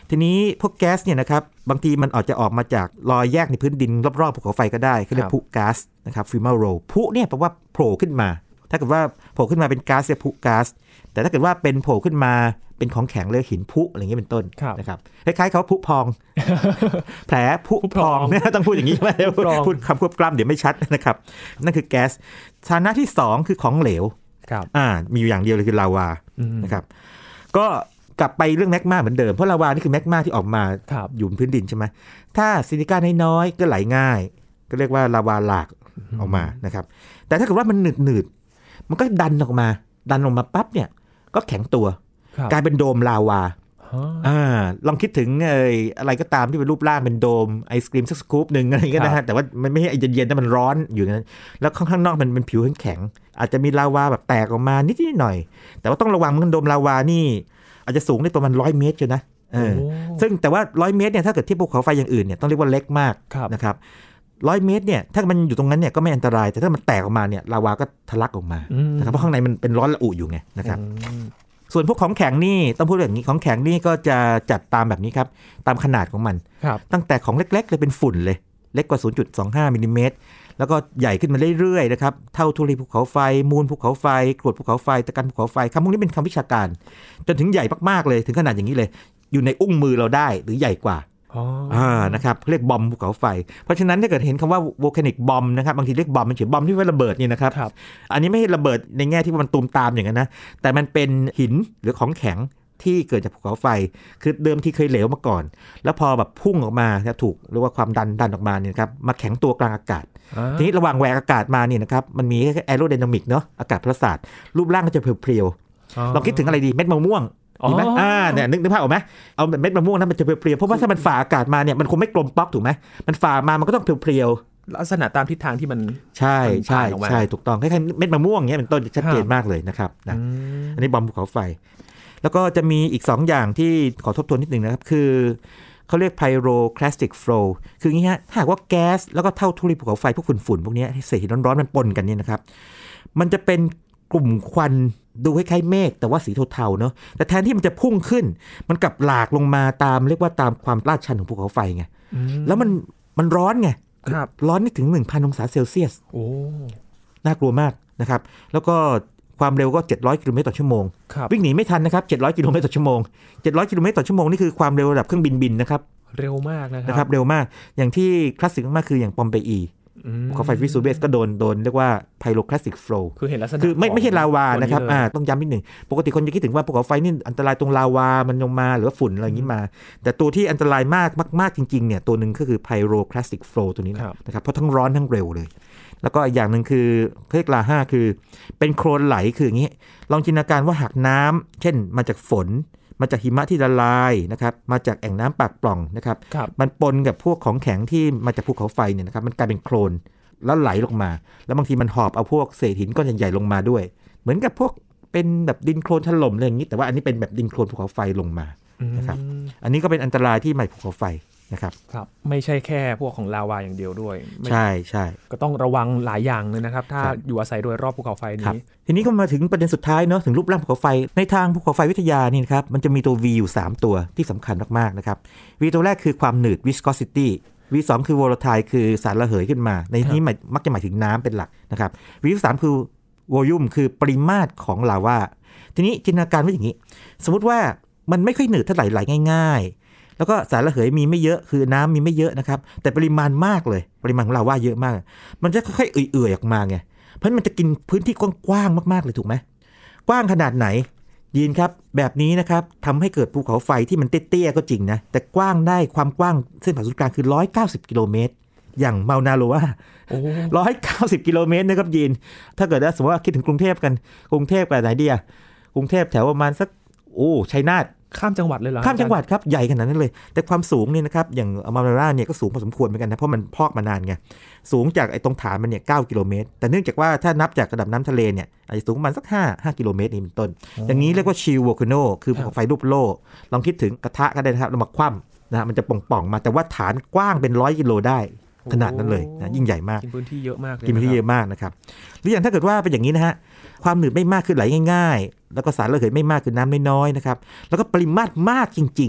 ทีนี้พวกแก๊สเนี่ยนะครับบางทีมันอาจจะออกมาจากรอยแยกในพื้นดินรอบๆภูเขาไฟก็ได้เขาเรียกพุก๊าซนะครับฟิวมาโรพุเนี่ยแปลว่าโผล่ขึ้นมาถ้าเกิดว่าโผล่ขึ้นมาเป็นก๊าซเรียกพุก๊าซแต่ถ้าเกิดว่าเป็นโผล่ขึ้นมาเป็นของแข็งเรียกหินพุอะไรอย่างเงี้ยเป็นต้นนะครับคล้ายๆเขาพุพอง แผลพุพองเนี่ยต้องพูดอย่างนี้ใช่ไหมพูดคำควบกล้ำเดี๋ยวไม่ชัดนะครับนั่นคือแก๊สฐานะที่2คือของเหลวมีอยู่อย่างเดียวเลยคือลาวานะครับก็กลับไปเรื่องแมกมาเหมือนเดิมเพราะลาวานี่คือแมกมาที่ออกมาอยู่บนพื้นดินใช่ไหมถ้าซิลิก้าน้อยๆก็ไหลง่ายก็เรียกว่าลาวาหลากออกมานะครับแต่ถ้าเกิดว่ามันหนืดๆมันก็ดันออกมาปั๊บเนี่ยก็แข็งตัวกลายเป็นโดมลาวาลองคิดถึงอะไรก็ตามที่เป็นรูปร่างเป็นโดมไอศกรีมสักสกู๊ปหนึ่งอะไรอย่างเงี้ยนะฮะแต่ว่ามันไม่ใช่ไอเย็นๆแต่มันร้อนอยู่นั้นแล้วข้างนอกมันเป็นผิวแข็งอาจจะมีลาวาแบบแตกออกมานิดหน่อยแต่ว่าต้องระวังมันโดมลาวานี่อาจจะสูงได้ประมาณ100 เมตรอยู่นะซึ่งแต่ว่า100 เมตรเนี่ยถ้าเกิดเทียบภูเขาไฟอย่างอื่นเนี่ยต้องเรียกว่าเล็กมากนะครับ100 เมตรเนี่ยถ้ามันอยู่ตรงนั้นเนี่ยก็ไม่อันตรายแต่ถ้ามันแตกออกมาเนี่ยลาวาก็ทะลักออกมานะครับเพราะข้างในมันเป็นร้อนระอุอยู่ไงนะครับส่วนพวกของแข็งนี่ต้องพูดอย่างนี้ของแข็งนี่ก็จะจัดตามแบบนี้ครับตามขนาดของมันตั้งแต่ของเล็กๆเลยเป็นฝุ่นเลยเล็กกว่า 0.25 มิลลิเมตรแล้วก็ใหญ่ขึ้นมาเรื่อยๆนะครับเท่าธุลีภูเขาไฟมูลภูเขาไฟกรวดภูเขาไฟตะกันภูเขาไฟคำพวกนี้เป็นคำวิชาการจนถึงใหญ่มากๆเลยถึงขนาดอย่างนี้เลยอยู่ในอุ้งมือเราได้หรือใหญ่กว่านะครับเรียกบอมภูเขาไฟเพราะฉะนั้นถ้าเกิดเห็นคำว่า volcanic bomb นะครับบางทีเรียกบอมมันเขียนบอมที่ว่าระเบิดนี่นะครับอันนี้ไม่ใช่ระเบิดในแง่ที่ว่ามันตูมตามอย่างนั้นนะแต่มันเป็นหินหรือของแข็งที่เกิดจากภูเขาไฟคือเดิมที่เคยเหลวมาก่อนแล้วพอแบบพุ่งออกมาถูกหรือว่าความดันออกมาเนี่ยครับมาแข็งตัวกลางอากาศทีนี้ระหว่างแหวกอากาศมาเนี่ยนะครับมันมีแอโรไดนามิกเนาะอากาศพลศาสตร์รูปร่างก็จะเพรียวๆลองคิดถึงอะไรดีเม็ดมะม่วงดีไหมเนี่ยนึกภาพออกไหมเอาเม็ดมะม่วงนั้นมันจะเพรียวๆเพราะว่าถ้ามันฝ่าอากาศมาเนี่ยมันคงไม่กลมป๊อกถูกไหมมันฝ่ามามันก็ต้องเพรียวๆลักษณะตามทิศทางที่มันใช่ถูกต้องคล้ายๆเม็ดมะม่วงเงี้ยเป็นต้นชัดเจนมากเลยนะครับนะอันนี้บอมภูเขาไฟแล้วก็จะมีอีก2อย่างที่ขอทบทวนนิดนึงนะครับคือเขาเรียก pyroclastic flow คืออย่างนี้ฮะถ้าหากว่าแก๊สแล้วก็เท่าธุลีภูเขาไฟพวกฝุ่นพวกนี้เศษหินร้อนๆมันปนกันเนี่ยนะครับมันจะเป็นกลุ่มควันดูคล้ายๆเมฆแต่ว่าสีเทาๆเนาะแต่แทนที่มันจะพุ่งขึ้นมันกลับหลากลงมาตามเรียกว่าตามความลาดชันของภูเขาไฟไงแล้วมันร้อนไงร้อนนี่ถึง 1,000 องศาเซลเซียสโอ้น่ากลัวมากนะครับแล้วก็ความเร็วก็700 กิโลเมตรต่อชั่วโมงวิ่งหนีไม่ทันนะครับ700 กิโลเมตรต่อชั่วโมง700 กิโลเมตรต่อชั่วโมงนี่คือความเร็วระดับเครื่องบินนะครับเร็วมากนะครับเร็วมากอย่างที่คลาสสิกมากคืออย่างปอมเปอีภูเขาไฟวิสูเวียสก็โดนเรียกว่า pyroclastic flow คือเห็นลักษณะคือไม่ใช่ลาวานะครับต้องย้ำนิดหนึ่งปกติคนจะคิดถึงว่าภูเขาไฟนี่อันตรายตรงลาวามันลงมาหรือว่าฝุ่นอะไรอย่างนี้มาแต่ตัวที่อันตรายมากจริงๆเนี่ยตัวหนึ่งก็คือ pyroclastic flow ตัวนี้นะครับเพราะทั้งร้อนทั้งเร็วเลยแล้วก็อีกอย่างนึงคือเรียกลาห้าคือเป็นโคลนไหลคืออย่างนี้ลองจินตนาการว่าหากน้ำเช่นมาจากฝนมาจากหิมะที่ละลายนะครับมาจากแอ่งน้ำปากปล่องนะครับมันปนกับพวกของแข็งที่มาจากภูเขาไฟเนี่ยนะครับมันกลายเป็นโคลนแล้วไหลลงมาแล้วบางทีมันหอบเอาพวกเศษหินก้อนใหญ่ๆลงมาด้วยเหมือนกับพวกเป็นแบบดินโคลนถล่มอะไรอย่างนี้แต่ว่าอันนี้เป็นแบบดินโคลนภูเขาไฟลงมานะครับอันนี้ก็เป็นอันตรายที่มาจากภูเขาไฟนะครับไม่ใช่แค่พวกของลาวาอย่างเดียวด้วยใช่ก็ต้องระวังหลายอย่างเลยนะครับถ้าอยู่อาศัยโดยรอบภูเขาไฟนี้ทีนี้ก็มาถึงประเด็นสุดท้ายเนาะถึงรูปร่างภูเขาไฟในทางภูเขาไฟวิทยานี่นะครับมันจะมีตัว V อยู่3ตัวที่สำคัญมากๆนะครับ V ตัวแรกคือความหนืด viscosity V 2คือ volatile คือสารระเหยขึ้นมาในที่นี้มักจะหมายถึงน้ำเป็นหลักนะครับ V 3คือ volume คือปริมาตรของลาวาทีนี้จินตนาการไว้อย่างนี้สมมติว่ามันไม่ค่อยหนืดเท่าไหร่ไหลง่ายๆแล้วก็สารระเหยมีไม่เยอะคือน้ำมีไม่เยอะนะครับแต่ปริมาณมากเลยปริมาณของลาวาเยอะมากมันจะค่อยๆเอื่อยๆออกมาไงเพราะมันจะกินพื้นที่กว้างๆมากๆเลยถูกไหมกว้างขนาดไหนยีนครับแบบนี้นะครับทำให้เกิดภูเขาไฟที่มันเตี้ยๆก็จริงนะแต่กว้างได้ความกว้างเส้นผ่าศูนย์กลางคือ190 กิโลเมตรอย่างเมานาโรวา190 กิโลเมตรนะครับยีนถ้าเกิดสมมติว่าคิดถึงกรุงเทพกันกรุงเทพกับไหนดีอะกรุงเทพแถวประมาณสักชัยนาทข้ามจังหวัดเลยเหรอข้ามจังหวัดครับใหญ่ขนาดนั้นเลยแต่ความสูงเนี่ยนะครับอย่างมานาร่าเนี่ยก็สูงพอสมควรเหมือนกันนะเพราะมันพอกมานานไงสูงจากไอ้ตรงฐานมันเนี่ย9 กิโลเมตรแต่เนื่องจากว่าถ้านับจากระดับน้ำทะเลเนี่ยอาจจะสูงประมาณสัก5 กิโลเมตรนี่เป็นต้นอย่างนี้เรียกว่าชิลโวลคาโนคือภูเขาไฟรูปโล่ลองคิดถึงกระทะก็ได้นะครับเรามาคว่ำนะมันจะป่องๆมาแต่ว่าฐานกว้างเป็น100 กิโลได้ขนาดนั้นเลยนะยิ่งใหญ่มากกินพื้นที่เยอะมากเลยกินพื้นที่เยอะมากนะครับหรืออย่างถ้าเกิดว่าเป็นอย่างนี้นะฮะความหนืดไม่มากคือไหลง่ายๆแล้วก็สารระเหยไม่มากคือน้ำน้อยๆนะครับแล้วก็ปริมาตรมากจริงๆ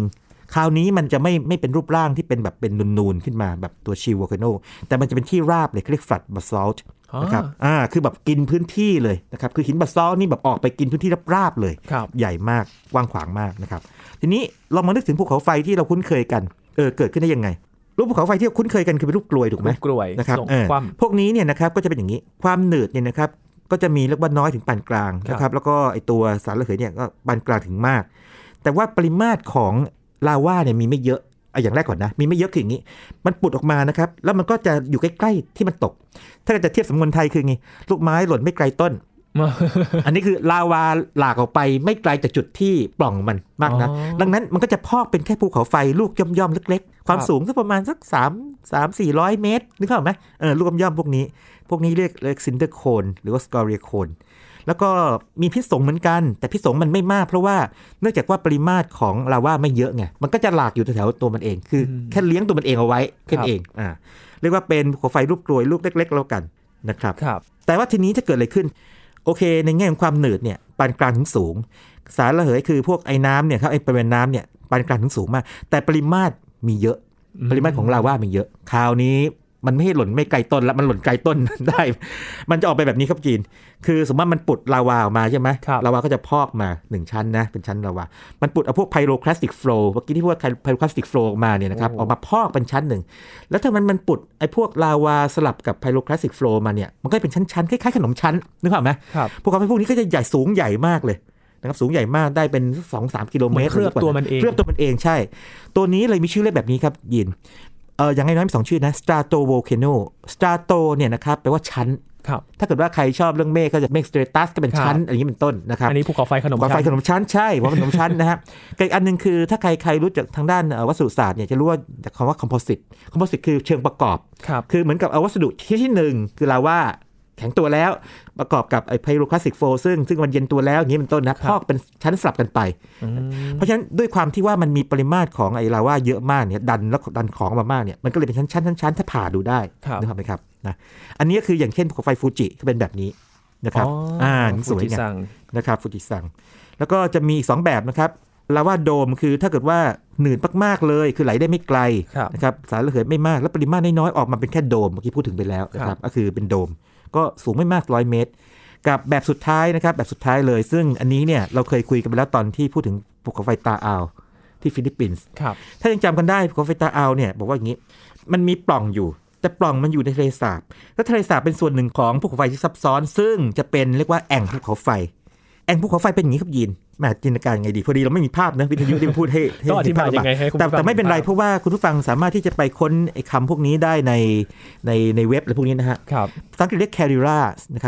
คราวนี้มันจะไม่เป็นรูปร่างที่เป็นแบบเป็นนูนๆขึ้นมาแบบตัวชิลโวลคาโนแต่มันจะเป็นที่ราบเลยเรียก flat basalt นะครับคือแบบกินพื้นที่เลยนะครับคือหินบาซอลต์นี่แบบออกไปกินพื้นที่ราบๆเลยใหญ่มากกว้างขวางมากนะครับทีนี้เรามานึกถึงภูเขาไฟที่เราคุ้นเคยกันเกิดขึ้นได้ยังไงรูปภูเขาไฟที่เราคุ้นเคยกันคือเป็นรูปกลวยถูกไหมกลวยนะครับพวกนี้เนี่ยนะครับก็จะเป็นอย่างนี้ความหนืดเนี่ยนะครับก็จะมีเรียกว่าน้อยถึงปานกลางนะครับแล้วก็ไอตัวสารระเหยเนี่ยก็ปานกลางถึงมากแต่ว่าปริมาตรของลาวาเนี่ยมีไม่เยอะอย่างแรกก่อนนะมีไม่เยอะคืออย่างนี้มันปุดออกมานะครับแล้วมันก็จะอยู่ใกล้ๆที่มันตกถ้าจะเทียบสำนวนไทยคือไงลูกไม้หล่นไม่ไกลต้น อันนี้คือลาวาหลากออกไปไม่ไกลจากจุดที่ปล่องมันมากนะดังนั้นมันก็จะพอกเป็นแค่ภูเขาไฟลูกย่อมๆเล็กๆความสูงสักประมาณสัก300-400 เมตรนึกเข้าไหมลูกย่อมๆพวกนี้เรียกซินเดอร์โคนหรือว่าสกอเรียโคนแล้วก็มีพิษสงเหมือนกันแต่พิษสงมันไม่มากเพราะว่าเนื่องจากว่าปริมาตรของลาวาไม่เยอะไงมันก็จะหลากอยู่แถวๆตัวมันเองคือแค่เลี้ยงตัวมันเองเอาไว้แค่เองเรียกว่าเป็นภูเขาไฟรูปกลวยลูกเล็กๆแล้วกันนะครับแต่ว่าทีนี้จะเกิดอะไรขึ้นโอเคในแง่ของความหนืดเนี่ยปานกลางถึงสูงสารระเหยคือพวกไอ้น้ำเนี่ยครับไอ้ปริมาณน้ำเนี่ยปานกลางถึงสูงมากแต่ปริมาตรมีเยอะปริมาตรของลาวามีเยอะคราวนี้มันไม่ให้หล่นไม่ไกลต้นแล้วมันหล่นไกลต้นได้มันจะออกไปแบบนี้ครับจีนคือสมมติมันปุดลาวาออกมาใช่ไหมลาวาก็จะพอกมา1ชั้นนะเป็นชั้นลาวามันปุดเอาพวกไพโรคลาสติกโฟลว์เมื่อกี้ที่พูดว่าไพโรคลาสติกโฟลว์ออกมาเนี่ยนะครับออกมาพอกเป็นชั้นหนึ่งแล้วถ้ามันปุดไอ้พวกลาวาสลับกับไพโรคลาสติกโฟลว์มาเนี่ยมันก็เป็นชั้นๆคล้ายๆขนมชั้นนึกออกไหมพวกเขาพวกนี้ก็จะใหญ่สูงใหญ่มากเลยนะครับสูงใหญ่มากได้เป็น 2-3 กิโลเมตรเคลือบตัวมันเองใช่ตัวนี้เลยมีชื่อเรียกแบบนี้ครับยินอย่างน้อยมี2ชื่อนะ stratovolcano strato เนี่ยนะครับแปลว่าชั้นถ้าเกิดว่าใครชอบเรื่องเมฆก็จะเมฆ stratus ก็เป็นชั้นอย่างนี้เป็นต้นนะครับอันนี้ภูเขาไฟขนมชั้นใช่ว่าขนมชั้นนะฮะอีกอันนึงคือถ้าใครรู้จากทางด้านวัสดุศาสตร์เนี่ยจะรู้ว่าคำว่า composite คือเชิงประกอบคือเหมือนกับเอาวัสดุที่1คือลาวาแข็งตัวแล้วประกอบกับไอ้ไพโรคลาสติกโฟลซึ่งมันเย็นตัวแล้วอย่างนี้เป็นต้นนะพอกเป็นชั้นสลับกันไปเพราะฉะนั้นด้วยความที่ว่ามันมีปริมาตรของไอ้ลาวาเยอะมากเนี่ยดันของมามากเนี่ยมันก็เลยเป็นชั้นถ้าผ่าดูได้นะครับไหมครับนะอันนี้ก็คืออย่างเช่นภูเขาไฟฟูจิก็เป็นแบบนี้นะครับสวยงามนะครับฟูจิซังแล้วก็จะมี2แบบนะครับลาวาโดมคือถ้าเกิดว่าหนืดมากๆเลยคือไหลได้ไม่ไกลนะครับสารระเหยไม่มากแล้วปริมาตรน้อยๆออกมาเป็นแค่โดมเมื่อกี้พูดถึงไปแล้วนะครับก็คือเป็นโดมก็สูงไม่มาก100 เมตรกับแบบสุดท้ายนะครับแบบสุดท้ายเลยซึ่งอันนี้เนี่ยเราเคยคุยกันไปแล้วตอนที่พูดถึงภูเขาไฟตาอาวที่ฟิลิปปินส์ถ้ายังจำกันได้ภูเขาไฟตาอาวเนี่ยบอกว่าอย่างนี้มันมีปล่องอยู่แต่ปล่องมันอยู่ในทะเลสาบและทะเลสาบเป็นส่วนหนึ่งของภูเขาไฟที่ซับซ้อนซึ่งจะเป็นเรียกว่าแอ่งภูเขาไฟเป็นอย่างนี้ครับยินมาจินตนาการไงดีพอดีเราไม่มีภาพนะวิทยุที่พูดให้ต้องอธิบายยังไงให้คุณผู้ฟังแต่ไม่เป็นไรเพราะว่าคุณผู้ฟังสามารถที่จะไปค้นไอ้คำพวกนี้ได้ในเว็บอะไรพวกนี้นะฮะภาษาอังกฤษเรียก caldera นะครับ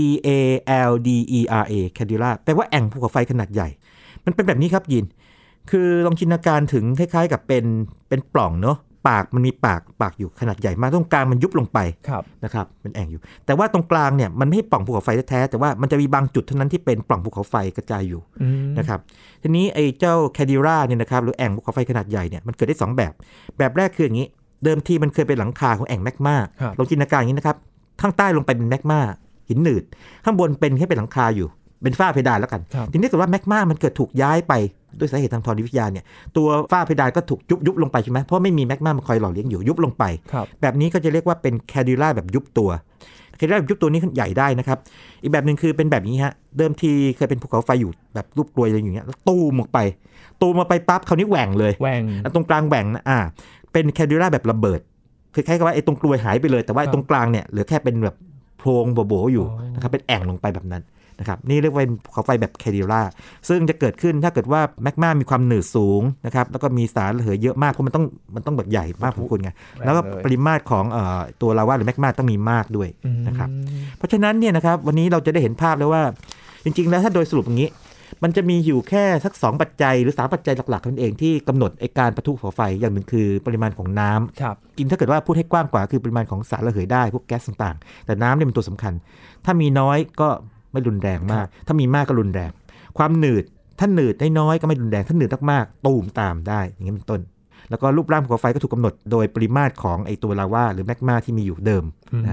CALDERA caldera แปลว่าแอ่งภูเขาไฟขนาดใหญ่มันเป็นแบบนี้ครับยินคือลองจินตนาการถึงคล้ายๆกับเป็นปล่องเนาะปากมันมีปากอยู่ขนาดใหญ่มากตรงกลางมันยุบลงไปนะครับเป็นแอ่งอยู่แต่ว่าตรงกลางเนี่ยมันไม่ใช่ปล่องภูเขาไฟแท้ๆแต่ว่ามันจะมีบางจุดเท่านั้นที่เป็นปล่องภูเขาไฟกระจายอยู่นะครับทีนี้ไอ้เจ้าแคดิราเนี่ยนะครับหรือแอ่งภูเขาไฟขนาดใหญ่เนี่ยมันเกิดได้2แบบแรกคืออย่างนี้เดิมทีมันเคยเป็นหลังคาของแอ่งแมกมาลองจินตนาการอย่างนี้นะครับข้างใต้ลงไปเป็นแมกมาหินหนืดข้างบนเป็นแค่เป็นหลังคาอยู่เป็นฝ้าเพดานแล้วกันทีนี้ถ้าเกิดว่าแมกมามันเกิดถูกย้ายไปด้วยสาเหตุทางธรณีวิทยาเนี่ยตัวฝ้าเพดานก็ถูกยุบลงไปใช่ไหมเพราะไม่มีแมกมามาคอยหล่อเลี้ยงอยู่ยุบลงไปแบบนี้ก็จะเรียกว่าเป็นแคดิราแบบยุบตัวแคดิราแบบยุบตัวนี้ใหญ่ได้นะครับอีกแบบนึงคือเป็นแบบนี้ฮะเดิมทีเคยเป็นภูเขาไฟอยู่แบบรูปกลวยอะไรอย่างเงี้ยแล้วตูมออกไปปั๊บคราวนี้แหว่งเลยแล้วตรงกลางแหว่งนะเป็นแคดิราแบบระเบิดคล้ายๆกับว่าไอ้ตรงกลวยหายไปเลยแต่ว่าตรงกลางเนี่ยเหลือแค่เป็นแบบโพรงโบ๋ๆอยู่นะครับเป็นแอ่งลงไปแบบนั้นนะครับนี่เรียกว่าภูเขาไฟแบบแคดิราซึ่งจะเกิดขึ้นถ้าเกิดว่าแมกมามีความหนืดสูงนะครับแล้วก็มีสารระเหยเยอะมากเพราะมันต้องแบบใหญ่มากพอสมควรไงแล้วก็ปริมาตรของตัวลาวาหรือแมกมาต้องมีมากด้วยนะครับเพราะฉะนั้นเนี่ยนะครับวันนี้เราจะได้เห็นภาพแล้วว่าจริงๆแล้วถ้าโดยสรุปอย่างนี้มันจะมีอยู่แค่สัก2ปัจจัยหรือ3ปัจจัยหลักๆนั่นเองที่กำหนดการปะทุภูเขาไฟอย่างหนึ่งคือปริมาณของน้ำจริงถ้าเกิดว่าพูดให้กว้างกว่าคือปริมาณของสารระเหยได้พวกแก๊สต่างๆแต่น้ำเนี่ยเป็นตัวสำคัญถ้ามีน้อยก็ไม่รุนแรงมากถ้ามีมากก็รุนแรงความหนืดถ้าหนืดน้อยก็ไม่รุนแรงถ้าหนืดมากๆตูมตามได้อย่างนี้เป็นต้นแล้วก็รูปร่างภูเขาไฟก็ถูกกำหนดโดยปริมาตรของไอตัวลาวาหรือแมกมาที่มีอยู่เดิมนะ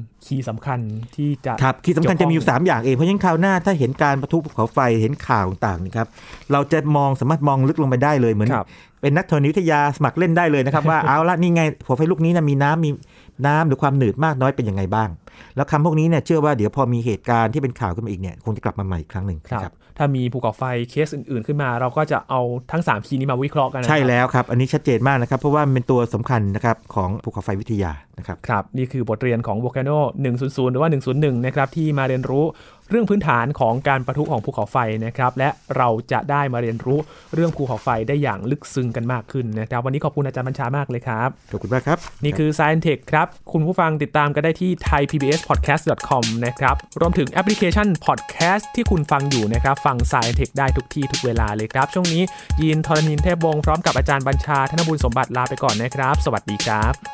คีย์สำคัญที่จะครับคีย์สำคัญจะมีอยู่3อย่างเองเพราะฉะนั้นคราวหน้าถ้าเห็นการปะทุภูเขาไฟเห็นข่าวต่างๆนะครับเราจะสามารถมองลึกลงไปได้เลยเหมือนเป็นนักธรณีวิทยาสมัครเล่นได้เลยนะครับว่า เอาละนี่ไงภูเขาไฟลูกนี้นะมีน้ำหรือความหนืดมากน้อยเป็นยังไงบ้างแล้วคำพวกนี้เนี่ยเชื่อว่าเดี๋ยวพอมีเหตุการณ์ที่เป็นข่าวขึ้นมาอีกเนี่ยคงจะกลับมาใหม่อีกครั้งหนึ่งครับถ้ามีภูเขาไฟเคสอื่นๆขึ้นมาเราก็จะเอาทั้ง3คีย์นี้มาวิเคราะห์กันใช่แล้วครับอันนี้ชัดเจนมากนะครับเพราะว่าเป็นตัวสำคัญนะครับของภูเขาไฟวิทยานะครับครับนี่คือบทเรียนของ Volcano 100 หรือว่า101นะครับที่มาเรียนรู้เรื่องพื้นฐานของการปะทุของภูเขาไฟนะครับและเราจะได้มาเรียนรู้เรื่องภูเขาไฟได้อย่างลึกซึ้งกันมากขึ้นนะครับวันนี้ขอบคุณอาจารย์บัญชามากเลยครับขอบคุณมากครับนี่คือ Science Tech ครับคุณผู้ฟังติดตามกันได้ที่ thaipbspodcast.com นะครับรวมถึงแอปพลิเคชัน podcast ที่คุณฟังอยู่นะครับฟัง Science Tech ได้ทุกที่ทุกเวลาเลยครับช่วงนี้ยีนทรณินเทพวงศ์พร้อมกับอาจารย์บัญชาธนบุญสมบัติลาไปก่อนนะครับสวัสดีครับ